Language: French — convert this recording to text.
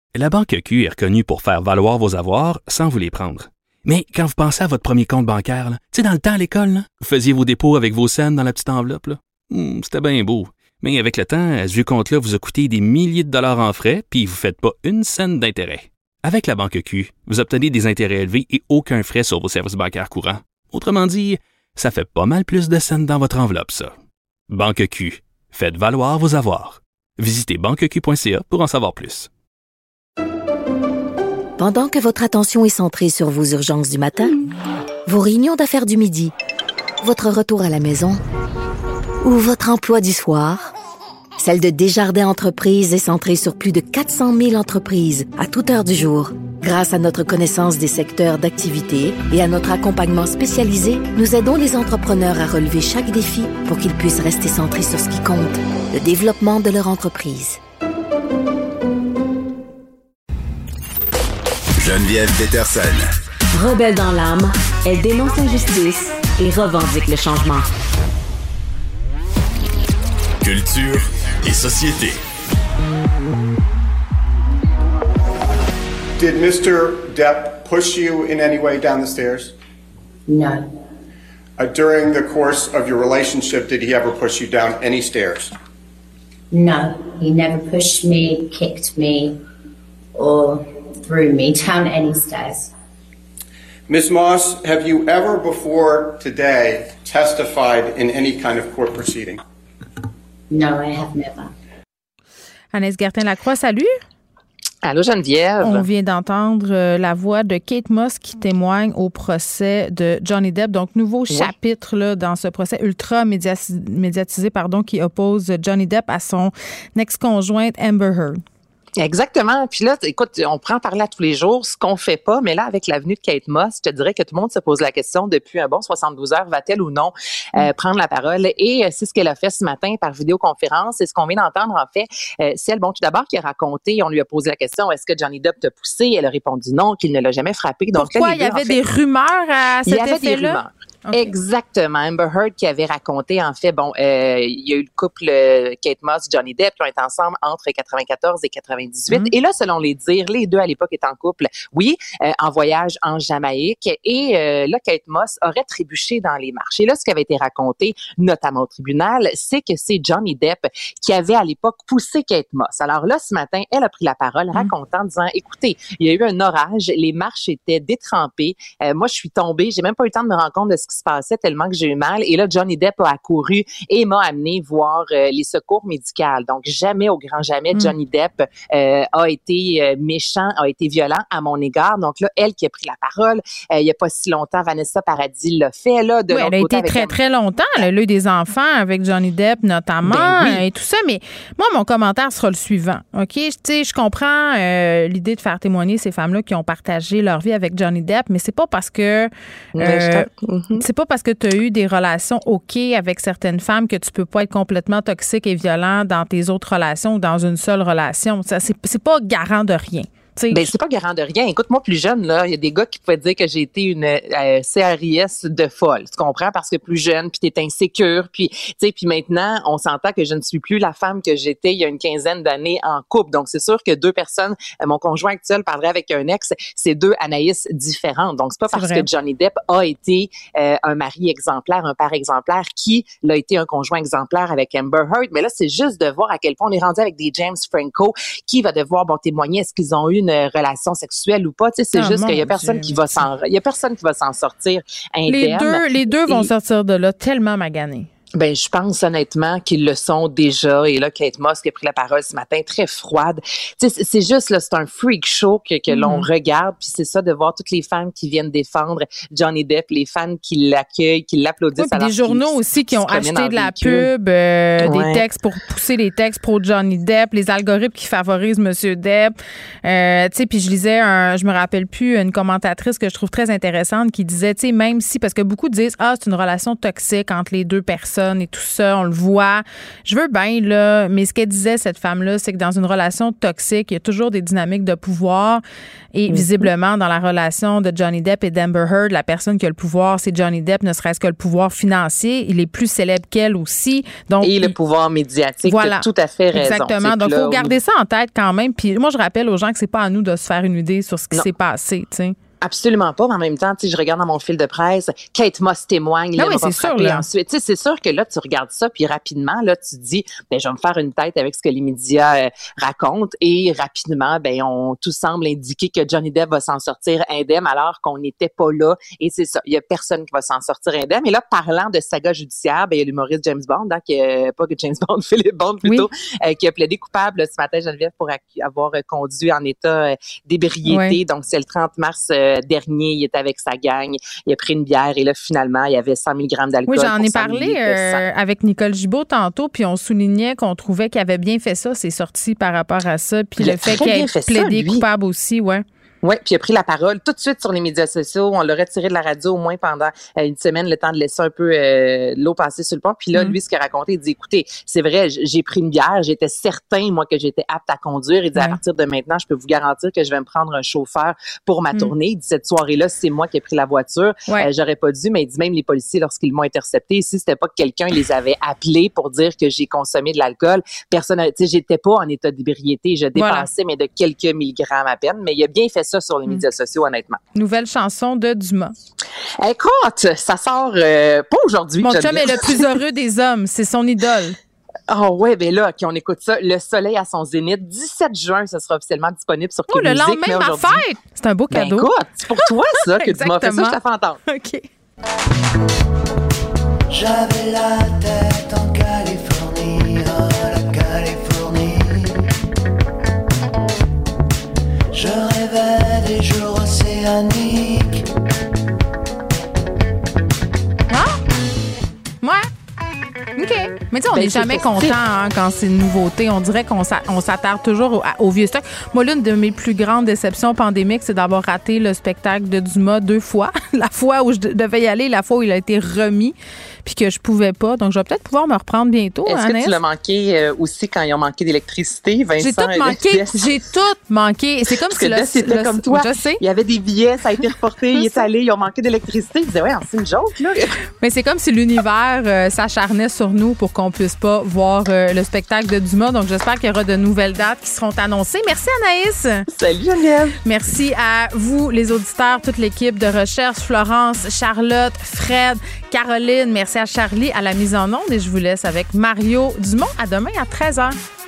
La Banque Q est reconnue pour faire valoir vos avoirs sans vous les prendre. Mais quand vous pensez à votre premier compte bancaire, tu sais, dans le temps à l'école, là, vous faisiez vos dépôts avec vos scènes dans la petite enveloppe. Là. C'était bien beau. Mais avec le temps, ce vieux compte-là vous a coûté des milliers de dollars en frais, puis vous ne faites pas une scène d'intérêt. Avec la Banque Q, vous obtenez des intérêts élevés et aucun frais sur vos services bancaires courants. Autrement dit, ça fait pas mal plus de scènes dans votre enveloppe, ça. Banque Q. Faites valoir vos avoirs. Visitez banqueq.ca pour en savoir plus. Pendant que votre attention est centrée sur vos urgences du matin, vos réunions d'affaires du midi, votre retour à la maison ou votre emploi du soir, celle de Desjardins Entreprises est centrée sur plus de 400 000 entreprises à toute heure du jour. Grâce à notre connaissance des secteurs d'activité et à notre accompagnement spécialisé, nous aidons les entrepreneurs à relever chaque défi pour qu'ils puissent rester centrés sur ce qui compte, le développement de leur entreprise. Geneviève Peterson. Rebelle dans l'âme, elle dénonce l'injustice et revendique le changement. Culture et société. Did Mr. Depp push you in any way down the stairs? No. During the course of your relationship, did he ever push you down any stairs? No, he never pushed me, kicked me, or threw me down any stairs. Ms. Moss, have you ever before today testified in any kind of court proceeding? No, I have never. Anaïs Gertin-Lacroix, salut. Allô, Geneviève. On vient d'entendre la voix de Kate Moss qui témoigne au procès de Johnny Depp. Donc, nouveau chapitre là, dans ce procès ultra médiatisé qui oppose Johnny Depp à son ex-conjointe Amber Heard. Exactement. Puis là, écoute, on prend parler à tous les jours, ce qu'on fait pas, mais là, avec l'avenue de Kate Moss, je te dirais que tout le monde se pose la question depuis un bon 72 heures, va-t-elle ou non prendre la parole? Et c'est ce qu'elle a fait ce matin par vidéoconférence. C'est ce qu'on vient d'entendre, en fait. C'est elle, tout d'abord, qui a raconté, on lui a posé la question, est-ce que Johnny Depp t'a poussé? Elle a répondu non, qu'il ne l'a jamais frappé. Donc, pourquoi? Il y avait des rumeurs à cet effet-là? Il y avait des rumeurs. Okay. Exactement. Amber Heard qui avait raconté, en fait, il y a eu le couple Kate Moss, Johnny Depp qui ont été ensemble entre 94 et 98. Et là, selon les dires, les deux à l'époque étaient en couple, en voyage en Jamaïque. Et là, Kate Moss aurait trébuché dans les marches. Et là, ce qui avait été raconté, notamment au tribunal, c'est que c'est Johnny Depp qui avait à l'époque poussé Kate Moss. Alors là, ce matin, elle a pris la parole racontant, disant, écoutez, il y a eu un orage, les marches étaient détrempées. Moi, je suis tombée, j'ai même pas eu le temps de me rendre compte de ce qui se passait tellement que j'ai eu mal. Et là, Johnny Depp a accouru et m'a amené voir les secours médicaux. Donc, jamais, au grand jamais, Johnny Depp a été méchant, a été violent à mon égard. Donc là, elle qui a pris la parole, il y a pas si longtemps, Vanessa Paradis l'a fait. Là, de elle a été très, très longtemps. Elle a eu des enfants avec Johnny Depp, notamment, et tout ça. Mais moi, mon commentaire sera le suivant. OK? Tu sais, je comprends l'idée de faire témoigner ces femmes-là qui ont partagé leur vie avec Johnny Depp, mais c'est pas parce que c'est pas parce que tu as eu des relations OK avec certaines femmes que tu peux pas être complètement toxique et violent dans tes autres relations ou dans une seule relation. Ça, c'est pas garant de rien. Ben, c'est pas garant de rien. Écoute, moi, plus jeune, là, il y a des gars qui pouvaient dire que j'ai été une CRIS de folle. Tu comprends? Parce que plus jeune, puis t'es insécure, puis maintenant, on s'entend que je ne suis plus la femme que j'étais il y a une quinzaine d'années en couple. Donc, c'est sûr que deux personnes, mon conjoint actuel parlerait avec un ex, c'est deux Anaïs différentes. Donc, c'est pas parce que Johnny Depp a été un mari exemplaire, un père exemplaire, qui l'a été un conjoint exemplaire avec Amber Heard. Mais là, c'est juste de voir à quel point on est rendu avec des James Franco qui va devoir témoigner. Est-ce qu'ils ont eu une relation sexuelle ou pas? Tu sais, c'est juste qu'il y a personne qui va s'en sortir indemne. Les deux vont sortir de là tellement maganés. Ben, je pense honnêtement qu'ils le sont déjà. Et là, Kate Moss qui a pris la parole ce matin, très froide. Tu sais, c'est juste, là, c'est un freak show que l'on regarde. Puis c'est ça, de voir toutes les femmes qui viennent défendre Johnny Depp, les fans qui l'accueillent, qui l'applaudissent. Oui, des journaux aussi qui ont acheté de la pub, des textes pour pousser les textes pro Johnny Depp, les algorithmes qui favorisent Monsieur Depp. Tu sais, puis je lisais, je me rappelle plus, une commentatrice que je trouve très intéressante qui disait, tu sais, même si, parce que beaucoup disent, c'est une relation toxique entre les deux personnes. personne et tout ça, on le voit. Je veux bien, là, mais ce qu'elle disait, cette femme-là, c'est que dans une relation toxique, il y a toujours des dynamiques de pouvoir et visiblement, dans la relation de Johnny Depp et d'Amber Heard, la personne qui a le pouvoir, c'est Johnny Depp, ne serait-ce que le pouvoir financier. Il est plus célèbre qu'elle aussi. Donc, et le pouvoir médiatique, voilà, tu as tout à fait raison. Exactement. Donc, il faut garder ça en tête quand même. Puis moi, je rappelle aux gens que c'est pas à nous de se faire une idée sur ce qui s'est passé, tu sais. Absolument pas, mais en même temps, tu sais, je regarde dans mon fil de presse, Kate Moss témoigne, oui, c'est sûr, là. Ensuite, tu sais, c'est sûr que là, tu regardes ça, puis rapidement, là, tu te dis, ben, je vais me faire une tête avec ce que les médias racontent, et rapidement, ben, tout semble indiquer que Johnny Depp va s'en sortir indemne, alors qu'on n'était pas là, et c'est ça, il y a personne qui va s'en sortir indemne. Et là, parlant de saga judiciaire, ben, il y a l'humoriste James Bond, hein, pas que James Bond, Philippe Bond plutôt, qui a plaidé coupable ce matin, Geneviève, pour avoir conduit en état d'ébriété. Oui. Donc, c'est le 30 mars dernier, il était avec sa gang, il a pris une bière et là, finalement, il y avait 100 mg d'alcool. Oui, j'en ai parlé avec Nicole Gibault tantôt, puis on soulignait qu'on trouvait qu'il avait bien fait ça, c'est sorti par rapport à ça, puis le fait qu'il ait plaidé coupable aussi, ouais. Oui, puis il a pris la parole tout de suite sur les médias sociaux. On l'a retiré de la radio au moins pendant une semaine, le temps de laisser un peu l'eau passer sur le pont. Puis là, lui, ce qu'il a raconté, il dit, écoutez, c'est vrai, j'ai pris une bière, j'étais certain, moi, que j'étais apte à conduire. Il dit, à partir de maintenant, je peux vous garantir que je vais me prendre un chauffeur pour ma tournée. Il dit, cette soirée-là, c'est moi qui ai pris la voiture. J'aurais pas dû, mais il dit, même les policiers, lorsqu'ils m'ont intercepté, si c'était pas que quelqu'un les avait appelés pour dire que j'ai consommé de l'alcool, personne, tu sais, j'étais pas en état d'ébriété, je dépassais, mais de quelques milligrammes à peine. Mais il a bien fait ça sur les médias sociaux, honnêtement. Nouvelle chanson de Dumas. Écoute, ça sort pas aujourd'hui. Mon chum est le plus heureux des hommes. C'est son idole. Oh ouais, ben là, on écoute ça. Le soleil à son zénith. 17 juin, ça sera officiellement disponible sur Québec Musique. Le lendemain de ma fête! C'est un beau cadeau. Ben écoute, c'est pour toi, ça, que Dumas fait ça. Je te fais entendre. OK. J'avais la tête en Californie, la Californie. Je rêvais des jours océaniques. OK. Mais tu sais, on n'est jamais content quand c'est une nouveauté. On dirait qu'on s'attarde toujours au vieux stock. Moi, l'une de mes plus grandes déceptions pandémiques, c'est d'avoir raté le spectacle de Dumas 2 fois. La fois où je devais y aller, la fois où il a été remis, puis que je pouvais pas. Donc, je vais peut-être pouvoir me reprendre bientôt. Est-ce que tu l'as manqué aussi quand ils ont manqué d'électricité, Vincent? J'ai tout manqué. J'ai tout manqué. C'est comme si c'était comme toi. Je sais. Il y avait des billets, ça a été reporté, il est allé, ils ont manqué d'électricité. Ils disaient, ouais, c'est une joke, là. Mais c'est comme si l'univers s'acharnait sur nous pour qu'on puisse pas voir le spectacle de Dumas. Donc, j'espère qu'il y aura de nouvelles dates qui seront annoncées. Merci, Anaïs. Salut, Geneviève. Merci à vous, les auditeurs, toute l'équipe de recherche, Florence, Charlotte, Fred, Caroline. Merci à Charlie à la mise en onde et je vous laisse avec Mario Dumont. À demain à 13h.